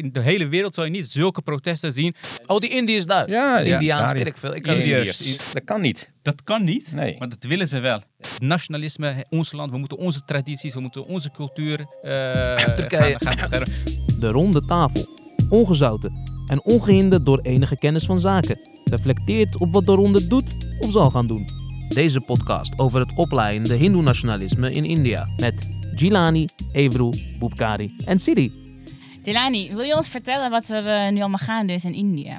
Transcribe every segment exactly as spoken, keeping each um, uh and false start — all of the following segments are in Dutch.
in de hele wereld zal je niet zulke protesten zien. Oh, die Indiërs daar. Ja, ja, Indiaans, daar, weet ja. ik veel. Ik kan Indiërs. Dat kan niet. Dat kan niet, Nee. maar dat willen ze wel. Nationalisme, ons land, we moeten onze tradities, we moeten onze cultuur uh, Turkije. gaan, gaan beschermen. De ronde tafel. Ongezouten en ongehinderd door enige kennis van zaken. Reflecteert op wat de ronde doet of zal gaan doen. Deze podcast over het opleidende hindoe-nationalisme in India. Met Gilani, Ebru, Boepkari en Siri. Gilani, wil je ons vertellen wat er uh, nu allemaal gaande is in India?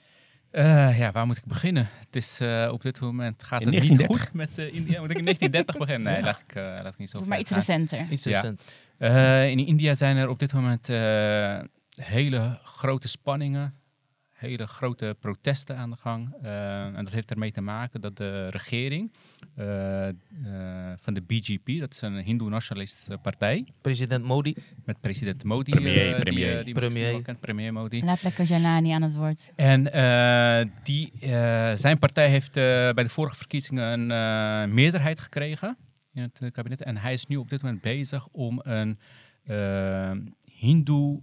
Uh, ja, waar moet ik beginnen? Het is uh, op dit moment gaat in het negentien niet dertig. goed met uh, India. Moet ik in negentien dertig beginnen? Nee, laat ik, uh, laat ik niet zo Doe ver maar iets gaan. recenter. Iets Ja. recent. Uh, in India zijn er op dit moment uh, hele grote spanningen, hele grote protesten aan de gang. Uh, en dat heeft ermee te maken dat de regering uh, uh, van de B G P, dat is een hindoe-nationalistische partij, President Modi. met president Modi, Premier, uh, premier. die, uh, die Premier. wel kent, premier Modi. Laat lekker Gilani aan het woord. En uh, die, uh, zijn partij heeft uh, bij de vorige verkiezingen een uh, meerderheid gekregen in het uh, kabinet. En hij is nu op dit moment bezig om een uh, hindoe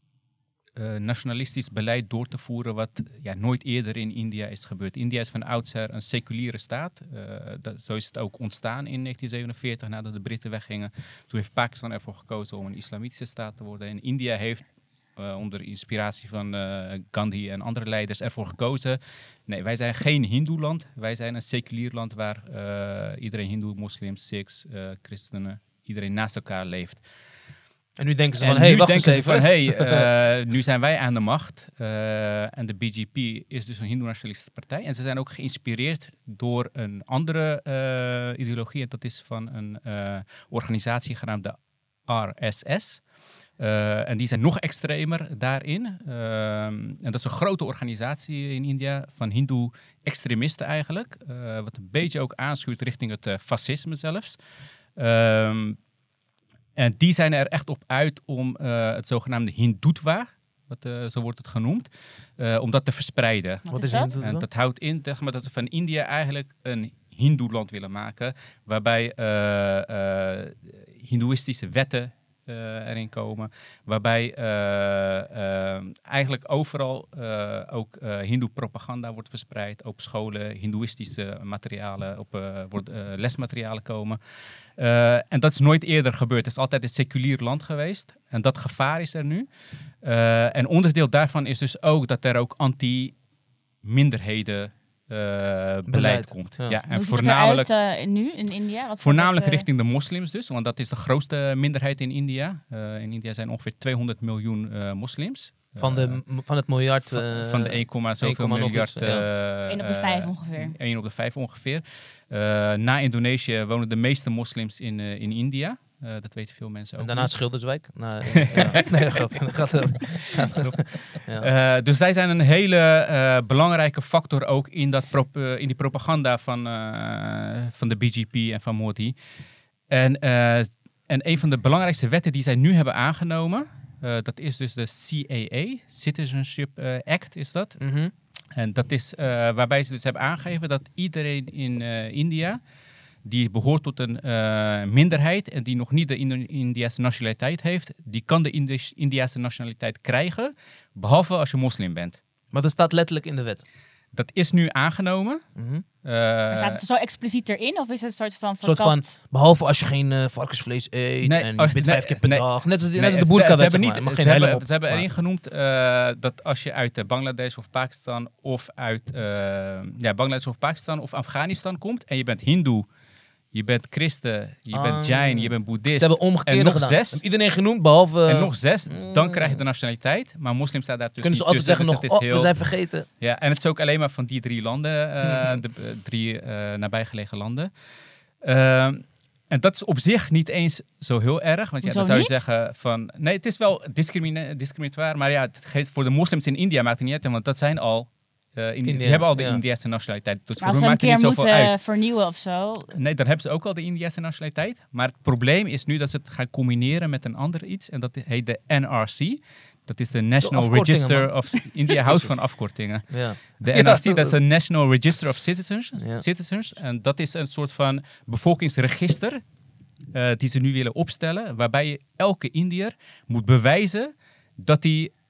uh, nationalistisch beleid door te voeren wat ja, nooit eerder in India is gebeurd. India is van oudsher een seculiere staat. Uh, dat, zo is het ook ontstaan in negentien zevenenveertig nadat de Britten weggingen. Toen heeft Pakistan ervoor gekozen om een islamitische staat te worden. En India heeft Uh, onder inspiratie van uh, Gandhi en andere leiders ervoor gekozen. Nee, wij zijn geen hindoeland. Wij zijn een seculier land waar uh, iedereen hindoe, moslims, sikhs, uh, christenen, iedereen naast elkaar leeft. En nu denken ze En van, hé, hey, nu wacht eens denken ze even. van, hey, uh, nu zijn wij aan de macht. Uh, en de B G P is dus een hindoe-nationalistische partij. En ze zijn ook geïnspireerd door een andere uh, ideologie. En dat is van een uh, organisatie genaamd de R S S. Uh, en die zijn nog extremer daarin. Uh, en dat is een grote organisatie in India van hindoe-extremisten eigenlijk. Uh, wat een beetje ook aanschuurt richting het uh, fascisme zelfs. Um, en die zijn er echt op uit om uh, het zogenaamde Hindutva, wat, uh, zo wordt het genoemd, uh, om dat te verspreiden. Wat, Wat is is dat? Hindoe? En dat houdt in zeg maar, dat ze van India eigenlijk een hindoeland willen maken, waarbij uh, uh, hindoeïstische wetten Uh, erin komen, waarbij uh, uh, eigenlijk overal uh, ook uh, hindoe-propaganda wordt verspreid, op scholen hindoeïstische materialen, op uh, wordt, uh, lesmaterialen komen. Uh, en dat is nooit eerder gebeurd. Het is altijd een seculier land geweest en dat gevaar is er nu. Uh, en onderdeel daarvan is dus ook dat er ook anti-minderheden Uh, beleid, beleid komt. Ja. Ja, en Hoe voornamelijk, ziet het eruit uh, nu in India? Wat voornamelijk wat, uh, richting de moslims dus, want dat is de grootste minderheid in India. Uh, in India zijn ongeveer tweehonderd miljoen uh, moslims. Van, de, van het miljard... Van, Uh, van de één, zoveel nog miljard. iets, ja. Uh, dus één op de vijf ongeveer. één op de vijf ongeveer. Uh, na Indonesië wonen de meeste moslims in, uh, in India. Uh, dat weten veel mensen ook. En daarna niet. Schilderswijk. Nou, ja. Nee, grap. Gaat erop. Gaat erop. Ja. Uh, dus zij zijn een hele uh, belangrijke factor ook in, dat prop, uh, in die propaganda van, uh, van de B G P en van Modi. En, uh, en een van de belangrijkste wetten die zij nu hebben aangenomen, uh, dat is dus de C A A, Citizenship uh, Act is dat. Mm-hmm. En dat is uh, waarbij ze dus hebben aangegeven dat iedereen in uh, India die behoort tot een uh, minderheid en die nog niet de Indo- Indiase nationaliteit heeft, die kan de Indi- Indiase nationaliteit krijgen, behalve als je moslim bent. Maar dat staat letterlijk in de wet. Dat is nu aangenomen. Mm-hmm. Uh, Maar staat het zo expliciet erin of is het een soort van... Een soort van, behalve als je geen uh, varkensvlees eet Nee, en je als- bidt nee, vijf keer per nee. dag. Net als, net nee, als de ze- boerkawet, ze hebben zeg niet, maar. Mag ze geen hebben, helm op. ze hebben Maar- erin genoemd uh, dat als je uit uh, Bangladesh of Pakistan of uit uh, ja, Bangladesh of Pakistan of Afghanistan komt en je bent hindoe, je bent christen, je Ah. bent jain, je bent boeddhist. Ze hebben omgekeerd en nog gedaan. zes. Hebben iedereen genoemd, behalve... En nog zes, Mm. dan krijg je de nationaliteit. Maar moslims staat daar tussen kunnen ze niet altijd tussen, zeggen dus nog, het is oh, heel- we zijn vergeten. Ja, en het is ook alleen maar van die drie landen, uh, Mhm. de uh, drie uh, nabijgelegen landen. Uh, en dat is op zich niet eens zo heel erg. Want ja, Hoezo dan zou je niet? zeggen van... Nee, het is wel discrimine- discriminatoire. Maar ja, het geeft voor de moslims in India maakt het niet uit. Want dat zijn al... Uh, Indi- India, die hebben al de ja. Indiase nationaliteit. Dus Maar voor als hun ze maakt een het keer niet zoveel moeten uit. vernieuwen of zo... Nee, dan hebben ze ook al de Indiase nationaliteit. Maar het probleem is nu dat ze het gaan combineren met een ander iets. En dat heet de N R C. Dat is de National afkortingen, Register man. of... India houdt van afkortingen. Ja. De Ja. N R C, dat is de National Register of Citizens. Ja. Citizens. En dat is een soort van bevolkingsregister uh, die ze nu willen opstellen. Waarbij je elke Indiër moet bewijzen dat hij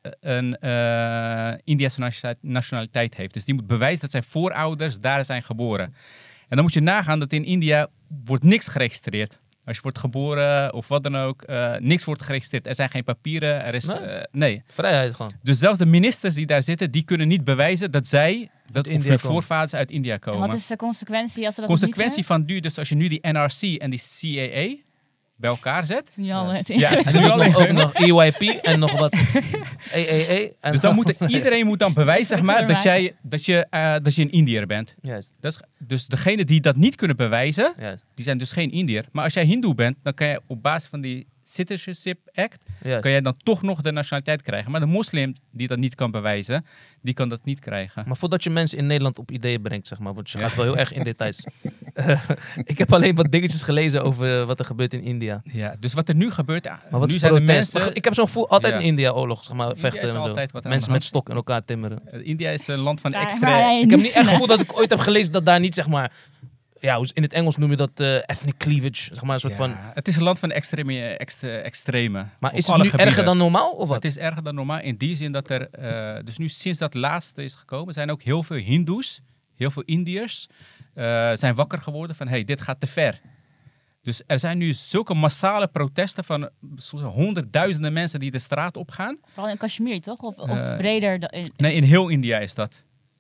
een uh, Indiase nationaliteit heeft. Dus die moet bewijzen dat zijn voorouders daar zijn geboren. En dan moet je nagaan dat in India wordt niks geregistreerd. Als je wordt geboren of wat dan ook, uh, niks wordt geregistreerd. Er zijn geen papieren, er is... Nee. Uh, nee. Vrijheid gewoon. Dus zelfs de ministers die daar zitten, die kunnen niet bewijzen dat zij, dat India hun komen. voorvaders uit India komen. En wat is de consequentie als ze dat consequentie niet van nu, dus als je nu die N R C en die C A A bij elkaar zet. Ja, het Ja, het is En nu nu alleen- nog, ook nog E Y P en nog wat E E E. En Dus dan moet er- iedereen moet dan bewijzen, zeg maar, dat, Voor jij, dat, je, uh, dat je een Indiër bent. Juist, Dat is, dus degene die dat niet kunnen bewijzen, juist, die zijn dus geen Indiër. Maar als jij Hindoe bent, dan kan je op basis van die Citizenship Act, juist. kan jij dan toch nog de nationaliteit krijgen. Maar de moslim die dat niet kan bewijzen, die kan dat niet krijgen. Maar voordat je mensen in Nederland op ideeën brengt, zeg maar, want je gaat wel heel erg in details. Uh, ik heb alleen wat dingetjes gelezen over uh, wat er gebeurt in India. Ja, dus wat er nu gebeurt, ah, Maar wat nu is zijn de protest? mensen... Maar ik heb zo'n gevoel altijd Ja. in India oorlog, zeg maar, India vechten is en zo. altijd wat aan Mensen de met hand. stok in elkaar timmeren. Uh, India is een land van Waar- extra... waar jij Ik heb nu niet echt het zit. gevoel dat ik ooit heb gelezen dat daar niet, zeg maar, ja, hoe- in het Engels noem je dat uh, ethnic cleavage, zeg maar, een soort Ja, van. het is een land van extreme, extra, extreme. Maar op is het alle nu gebieden. erger dan normaal of wat? Het is erger dan normaal in die zin dat er... Uh, dus nu sinds dat laatste is gekomen, zijn ook heel veel Hindoes, heel veel Indiërs, uh, zijn wakker geworden van, hey, dit gaat te ver. Dus er zijn nu zulke massale protesten van honderdduizenden mensen die de straat opgaan. Vooral in Kashmir, toch? Of, of Uh, breder? da- in- Nee, in heel India is dat.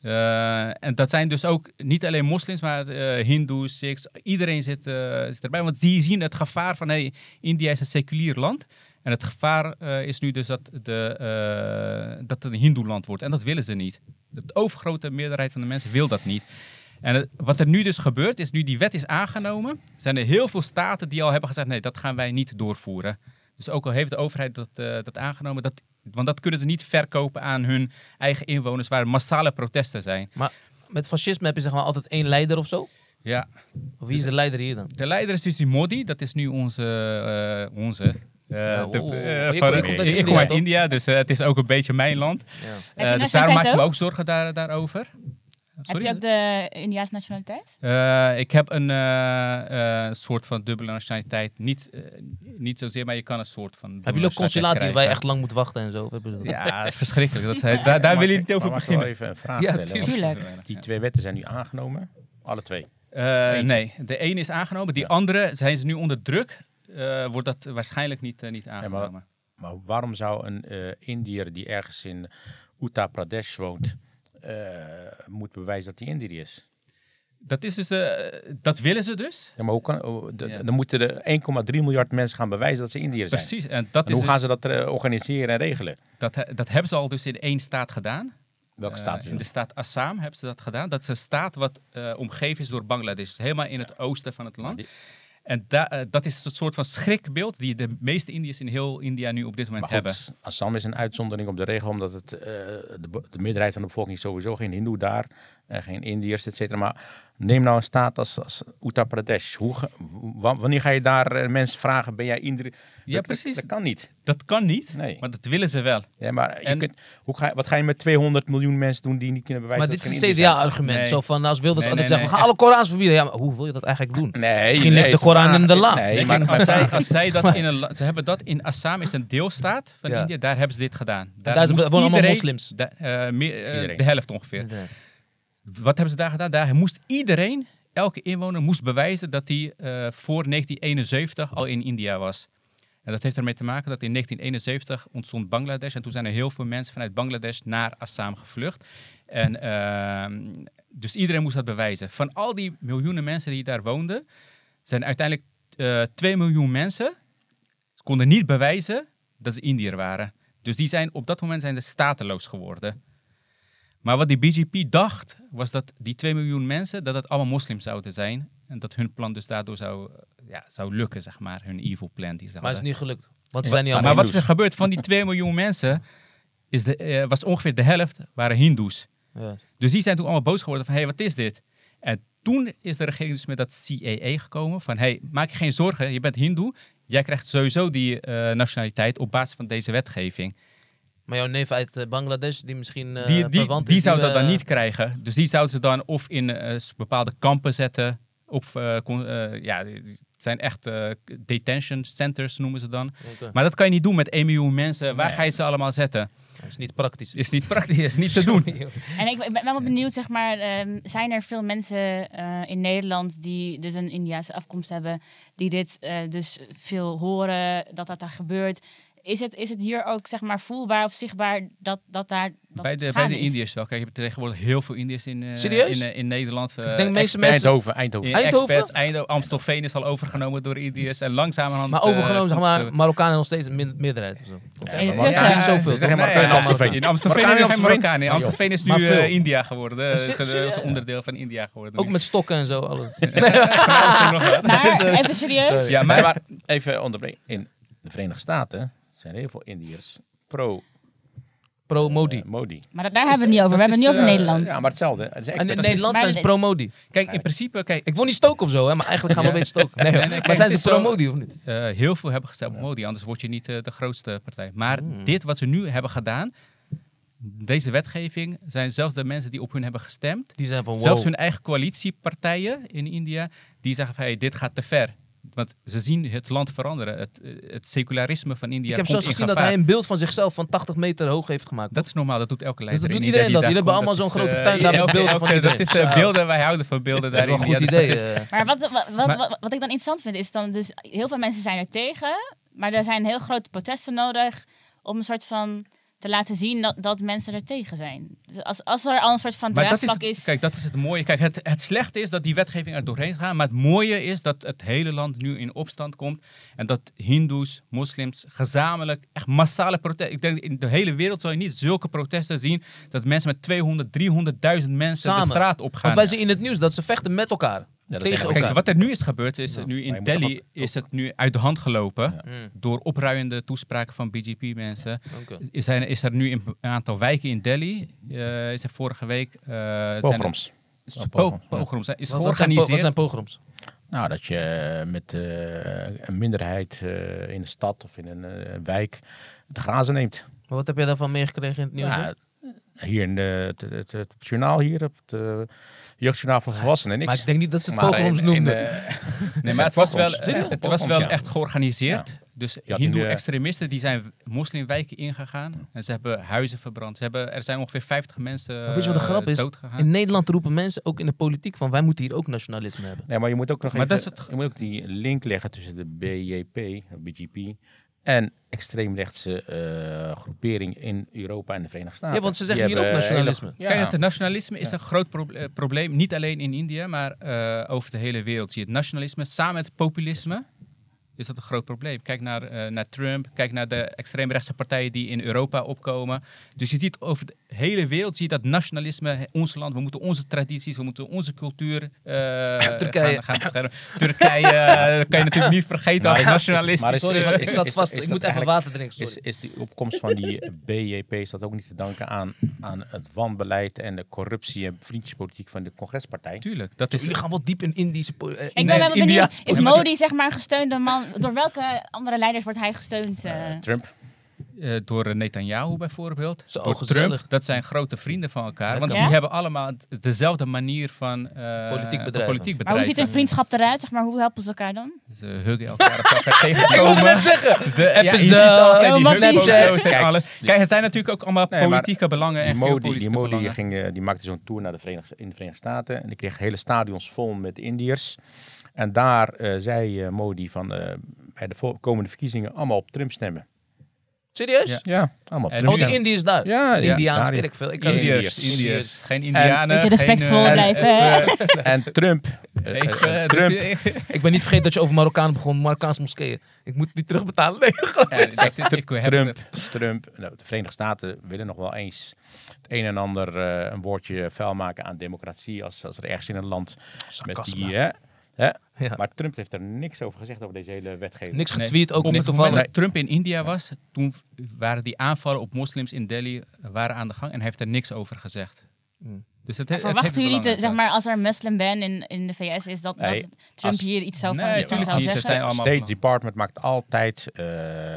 Uh, en dat zijn dus ook niet alleen moslims, maar uh, Hindoes, Sikhs. Iedereen zit, uh, zit erbij. Want die zien het gevaar van, hey, India is een seculier land. En het gevaar uh, is nu dus dat, de, uh, dat het een hindoeland wordt. En dat willen ze niet. De overgrote meerderheid van de mensen wil dat niet. En het, wat er nu dus gebeurt, is nu die wet is aangenomen, zijn er heel veel staten die al hebben gezegd, nee, dat gaan wij niet doorvoeren. Dus ook al heeft de overheid dat, uh, dat aangenomen, dat, want dat kunnen ze niet verkopen aan hun eigen inwoners, waar massale protesten zijn. Maar met fascisme heb je zeg maar altijd één leider of zo? Ja, Of wie is de leider hier dan? de leider is dus die Modi, dat is nu onze... Uh, onze uh, Ja, de, oh. uh, Je van- komt- je komt uit ik India, kom uit toch? India, dus uh, het is ook een beetje mijn land. Ja. Uh, je dus daarom nationaliteit maak ik me ook? ook zorgen daar, daarover. Heb je ook de Indiaanse nationaliteit? Uh, ik heb een uh, uh, soort van dubbele nationaliteit. Niet, uh, niet zozeer, maar je kan een soort van. Hebben jullie ook consulaat hier waar je echt lang moet wachten en zo? Of hebben jullie dat? Ja, dat is verschrikkelijk. Dat is, daar daar wil je niet over Maar mag ik wel beginnen. even een vraag Ja, stellen? Want Tuurlijk. Die twee wetten zijn nu aangenomen. Alle twee. Uh, nee, de ene is aangenomen. Die andere zijn ze nu onder druk. Uh, wordt dat waarschijnlijk niet, uh, niet aangenomen. Maar waarom zou een uh, Indiër die ergens in Uttar Pradesh woont, uh, moet bewijzen dat hij Indiër is? Dat is dus, uh, dat willen ze dus. Ja, maar hoe kan, oh, de, Ja. dan moeten er één komma drie miljard mensen gaan bewijzen dat ze Indiër zijn. Precies. En dat, En is hoe gaan ze dat uh, organiseren en regelen? dat, dat hebben ze al dus in één staat gedaan. Welke Uh, staat is in de dat? staat Assam hebben ze dat gedaan. Dat is een staat wat uh, omgeven is door Bangladesh. Dus helemaal in het oosten van het land. Die- En da, uh, dat is het soort van schrikbeeld die de meeste Indiërs in heel India nu op dit moment Maar goed, hebben. Assam is een uitzondering op de regel, omdat het, uh, de, be- de meerderheid van de bevolking is sowieso geen Hindoe daar, uh, geen Indiërs, et cetera. Maar neem nou een staat als, als Uttar Pradesh. Hoe, ga- wa- wanneer ga je daar uh, mensen vragen, ben jij Indiër? Ja, Dat- precies. Dat kan niet. Dat kan niet, Nee. maar dat willen ze wel. Ja, maar je En- kunt, hoe ga, wat ga je met tweehonderd miljoen mensen doen die niet kunnen bewijzen Maar dit dat is ze een geen Indiër C D A-argument. Nee. Zo van, als Wilders Nee, altijd nee, zegt, we nee. gaan alle Korans verbieden. Ja, maar hoe wil je dat eigenlijk doen? zijn? Nee, Misschien nee, ligt de is Koran vraag- in de la. Nee, Misschien maar, als, zij, maar- als zij dat in een, la- ze hebben dat in Assam, is een deelstaat van Ja. India, daar hebben ze dit gedaan. Daar, daar moest wonen allemaal iedereen- moslims. da- uh, meer, uh, Iedereen. de helft ongeveer. Wat hebben ze daar gedaan? Daar moest iedereen, elke inwoner, moest bewijzen dat hij uh, voor negentien eenenzeventig al in India was. En dat heeft ermee te maken dat in negentien eenenzeventig ontstond Bangladesh. En toen zijn er heel veel mensen vanuit Bangladesh naar Assam gevlucht. En uh, dus iedereen moest dat bewijzen. Van al die miljoenen mensen die daar woonden, zijn uiteindelijk uh, twee miljoen mensen konden niet bewijzen dat ze Indiër waren. Dus die zijn, op dat moment zijn ze stateloos geworden. Maar wat die B J P dacht, was dat die twee miljoen mensen, dat het allemaal moslims zouden zijn. En dat hun plan dus daardoor zou, ja, zou lukken, zeg maar. Hun evil plan die ze Maar het is hadden. niet gelukt. Want ze zijn niet Maar allemaal wat is er gebeurd? Van die twee miljoen mensen is de, uh, was ongeveer de helft waren Hindoes. Ja. Dus die zijn toen allemaal boos geworden van, hé, hey, wat is dit? En toen is de regering dus met dat C A A gekomen van, hé, hey, maak je geen zorgen, je bent Hindoe. Jij krijgt sowieso die uh, nationaliteit op basis van deze wetgeving. Maar jouw neef uit uh, Bangladesh, die misschien uh, die die, verwant die is, zou dat dan uh, niet krijgen. Dus die zouden ze dan of in uh, bepaalde kampen zetten. Of uh, kon, uh, ja, het zijn echt uh, detention centers noemen ze dan. Okay. Maar dat kan je niet doen met één miljoen mensen. Waar Nee. ga je ze allemaal zetten? Dat is niet praktisch. Is niet praktisch, is niet te doen. En ik ben wel benieuwd, zeg maar, um, zijn er veel mensen uh, in Nederland die dus een Indiase afkomst hebben, die dit uh, dus veel horen, dat dat daar gebeurt? Is het, is het hier ook, zeg maar, voelbaar of zichtbaar dat, dat daar dat Bij de, bij de Indiërs wel. Kijk, je hebt tegenwoordig heel veel Indiërs in, uh, Serieus? in, uh, in Nederland. Uh, Ik denk de meeste experts, mensen... Eindhoven, Eindhoven. in Eindhoven? Experts, Eindhoven, Amstelveen is al overgenomen door Indiërs. En langzamerhand... Maar overgenomen, zeg uh, maar, komt, uh, Marokkanen nog steeds een min- meerderheid. Of zo. Ja, Ja, maar- maar- Ja, niet zoveel. is er toch? geen Nee, Marokkanen ja, in Amstelveen? in Amstelveen Marokkanen is in geen Amstelveen? Marokkaan. In Oh, Amstelveen is nu Maar veel. uh, India geworden. Is Uh, het is een- serieus? is een onderdeel van India geworden. Ook nu. met stokken en zo. Alle. Maar, even serieus, Ja, Nee, maar, maar even onderbreken. In de Verenigde Staten zijn heel veel Indiërs pro Pro-Modi. eh, Modi. maar da- daar hebben we het niet over. We hebben het niet over Eh, Nederland. Ja, maar hetzelfde. Het is En in expert- Nederland Maar zijn ze de- pro-Modi. kijk, in principe... Kijk, Ik wil niet stoken of zo, hè, maar eigenlijk gaan we een beetje stoken. Nee, hoor. Nee, nee, maar kijk, zijn het ze is zo- pro-Modi of niet? Uh, heel veel hebben gestemd op Modi, anders word je niet uh, de grootste partij. Maar Hmm. dit wat ze nu hebben gedaan, deze wetgeving, zijn zelfs de mensen die op hun hebben gestemd, Die zijn van zelfs wow. hun eigen coalitiepartijen in India, die zeggen van hey, dit gaat te ver. Want ze zien het land veranderen. Het, het secularisme van India Ik heb komt zelfs in gezien dat gevaar. hij een beeld van zichzelf van tachtig meter hoog heeft gemaakt. Dat is normaal, dat doet elke Dus leider dat in doet India. iedereen die dat. daar Jullie hebben komt. allemaal zo'n Dat is, grote uh, tuin daar met elke- beelden elke- van iedereen. Dat is uh, Ja. beelden, wij houden van beelden daar Dat is in wel een India. goed Dus idee. dat is- eh. Maar wat, wat, wat, Maar- wat, wat ik dan interessant vind, is dan dus heel veel mensen zijn er tegen, maar er zijn heel grote protesten nodig om een soort van te laten zien dat, dat mensen er tegen zijn. Dus als, als er al een soort van Maar dat is, draagvlak het- is... kijk, dat is het mooie. Kijk, het, het slechte is dat die wetgeving er doorheen gaat. Maar het mooie is dat het hele land nu in opstand komt. En dat hindoes, moslims gezamenlijk echt massale protesten... Ik denk in de hele wereld zal je niet zulke protesten zien. Dat mensen met tweehonderd, driehonderdduizend mensen Samen. de straat opgaan. Want wij zien in het nieuws dat ze vechten met elkaar. dat tegen zeggen elkaar. Kijk, wat er nu is gebeurd, is Ja. nu Maar je in moet Delhi toch ook- is het nu uit de hand gelopen. Ja. Mm, Door opruiende toespraken van B J P-mensen. oké. Is, er- is er nu in een aantal wijken in Delhi, uh, is er vorige week... Uh, zijn er- Pogroms. Po- Pogrom, ja. pogroms, hè, is Wat, wat, zijn po- wat georganiseerd. zijn pogroms? Nou, dat je met uh, een minderheid uh, in een stad of in een uh, wijk de grazen neemt. Maar wat heb jij daarvan meegekregen in het nieuws? Ja, hier in de, het, het, het journaal hier, op het uh, jeugdjournaal voor volwassenen, niks. maar ik denk niet dat ze het Maar pogroms in- in, noemden. uh, Nee, maar het was wel, Pogroms. eh, Serieus? het was wel Pogroms, ja. echt georganiseerd. Ja. Dus Je had in de- hindoe-extremisten die zijn moslimwijken ingegaan. En ze hebben huizen verbrand. Ze hebben, er zijn ongeveer vijftig mensen Maar weet je wat de uh, grap is? doodgegaan. In Nederland roepen mensen, ook in de politiek, van wij moeten hier ook nationalisme hebben. Nee, maar je moet ook nog Maar even, dat is het- je moet ook die link leggen tussen de B J P, B J P, en extreemrechtse uh, groepering in Europa en de Verenigde Staten. Ja, want ze zeggen Die hier ook hebben nationalisme. hele- Kijk, ja. het nationalisme is Ja. een groot proble- eh, probleem. Niet alleen in India, maar uh, over de hele wereld zie je het nationalisme. Samen met het populisme is dat een groot probleem. Kijk naar, uh, naar Trump, kijk naar de extreemrechtse partijen die in Europa opkomen. Dus je ziet over de hele wereld zie je dat nationalisme, ons land, we moeten onze tradities, we moeten onze cultuur uh, Turkije. gaan, gaan beschermen. Turkije uh, dat kan je natuurlijk niet vergeten Maar als is- nationalistisch. maar is- Sorry, is- maar ik is- zat is- vast. is Ik dat moet even eigenlijk- water drinken, Is, sorry. is die opkomst van die B J P is dat ook niet te danken aan, aan het wanbeleid en de corruptie en vriendjespolitiek van de congrespartij? Tuurlijk, dat is... Jullie gaan wel diep in Indische... po- eh, Ik ben Indisch- wel benieuwd, India's is politiek. Modi zeg maar een gesteunde man? Door welke andere leiders wordt hij gesteund? eh? Uh, Trump. Uh, door Netanyahu bijvoorbeeld. Zo, door gezellig. Trump. Dat zijn grote vrienden van elkaar. Lekker. Want Ja? die hebben allemaal d- dezelfde manier van uh, Politiek van bedrijven. politiek Maar hoe ziet een bedrijven. vriendschap eruit? Zeg maar, hoe helpen ze elkaar dan? Ze huggen elkaar als ze elkaar Ik wilde tegenkomen. net zeggen. Ze, ja, je Appen ziet ze, elkaar, oh, die Matties. hugfoto's en Kijk, alles. Kijk, het zijn natuurlijk ook allemaal Nee, maar politieke belangen en Die Modi, die geopolitieke Modi belangen. ging, uh, die maakte zo'n tour naar de Verenigde, in de Verenigde Staten. En die kreeg hele stadions vol met Indiërs. En daar uh, zei uh, Modi van uh, bij de vol- komende verkiezingen allemaal op Trump stemmen. Serieus? Ja. Ja, allemaal op En Trump Oh, die stemmen. Indiërs daar. Ja, ja, Indiaans, daar, ja. weet ik veel. Ik kan Indiërs, Indiërs. Indiërs. Geen Indianen. Beetje respectvol geen, uh, blijven. even- En Trump. uh, uh, even- Trump. Ik ben niet vergeten dat je over Marokkanen begon, Marokkaanse moskeeën. Ik moet die terugbetalen. Nee, Ja, kijk, Ik- ik heb Trump, Trump, nou, de Verenigde Staten willen nog wel eens het een en ander uh, een woordje vuil maken aan democratie als, als er ergens in een land met Sarcasme. die, hè, hè? Ja. Maar Trump heeft er niks over gezegd over deze hele wetgeving. Niks Nee. getweet, ook Op niet het moment toevallig. dat Trump in India was, toen waren die aanvallen op moslims in Delhi waren aan de gang en hij heeft er niks over gezegd. Hmm. Dus het, het Verwachten heeft jullie, te, belang zeg maar, als er een moslim ban in, in de V S is, dat, Nee, dat Trump als- hier iets zou Nee, van, van natuurlijk zou niet. Het zeggen? zijn allemaal State belangen. Department maakt altijd uh,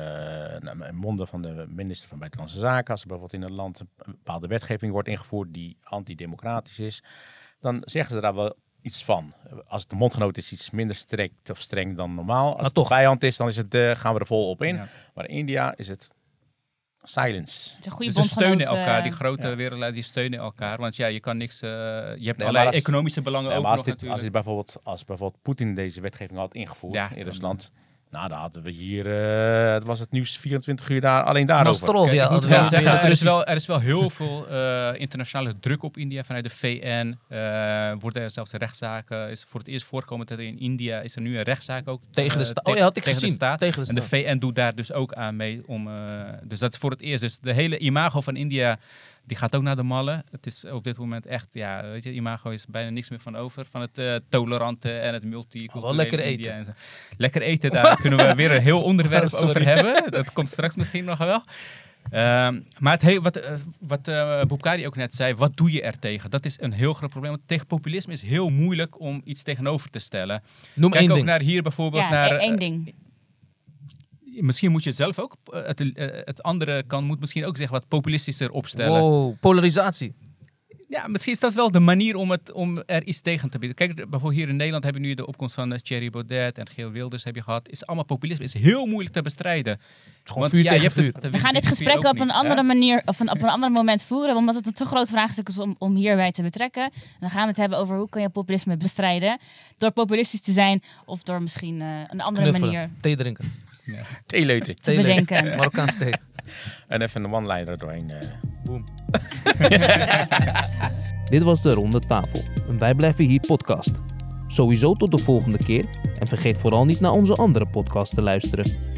naar monden van de minister van Buitenlandse Zaken. Als er bijvoorbeeld in een land een bepaalde wetgeving wordt ingevoerd die antidemocratisch is, dan zeggen ze daar wel iets van. Als het de mondgenoot is, iets minder strikt of streng dan normaal. Als Maar het toch. de vijand is, dan is het, uh, gaan we er vol op in. Ja. Maar in India is het Silence. Het is een goede Dus ze steunen bondgenoot, elkaar, eh, die grote ja. wereldleiders die steunen elkaar. Want ja, je kan niks... Uh, je hebt Nee, allerlei als- economische belangen Ja, ook maar als, nog dit, als, natuurlijk. dit bijvoorbeeld, als bijvoorbeeld Poetin deze wetgeving had ingevoerd Ja, in dan- Rusland, nou, dan hadden we hier, uh, het was het nieuws vierentwintig uur daar, alleen daarover. Nostrov, Kijk, ja. ik moet dat wel was- zeggen, ja, er, is precies. wel, er is wel heel veel uh, internationale druk op India vanuit de V N. Uh, worden er zelfs rechtszaken. Is voor het eerst voorkomen dat er in India is er nu een rechtszaak ook Tegen de uh, staat. te- Oh ja, had ik tegen gezien. de staat. Tegen de En de staat. V N doet daar dus ook aan mee. Om, uh, dus dat is voor het eerst. Dus de hele imago van India, die gaat ook naar de mallen. Het is op dit moment echt, ja, weet je, imago is bijna niks meer van over. Van het uh, tolerante en het multiculturele Wel lekker India eten. en zo. Lekker eten, daar kunnen we weer een heel onderwerp Sorry. over hebben. Dat komt straks misschien nog wel. Um, maar het he- wat, uh, wat uh, Boukari ook net zei, wat doe je er tegen? Dat is een heel groot probleem. Want tegen populisme is heel moeilijk om iets tegenover te stellen. Noem Kijk één ook ding. naar hier bijvoorbeeld. Ja, naar, e- één uh, ding. Misschien moet je zelf ook, uh, het, uh, het andere kant moet misschien ook zich wat populistischer opstellen. Wow, polarisatie. Ja, misschien is dat wel de manier om, het, om er iets tegen te bieden. Kijk, bijvoorbeeld hier in Nederland hebben we nu de opkomst van uh, Thierry Baudet en Geert Wilders heb je gehad. Is allemaal populisme, is heel moeilijk te bestrijden. Gewoon Want, vuur ja, je tegen hebt vuur. het- We gaan dit vuur gesprek ook op niet, een andere hè? manier of een, op een ander moment voeren, omdat het een te groot vraagstuk is om, om hierbij te betrekken. En dan gaan we het hebben over hoe kan je populisme bestrijden. Door populistisch te zijn of door misschien uh, een andere Knuffelen, manier thee drinken. Theeleuten. te Thee leuk. bedenken. Marokkaans thee. En even een one-liner doorheen. Uh. Boom. Dit was de Ronde Tafel, een Wij Blijven Hier podcast. Sowieso tot de volgende keer en vergeet vooral niet naar onze andere podcast te luisteren.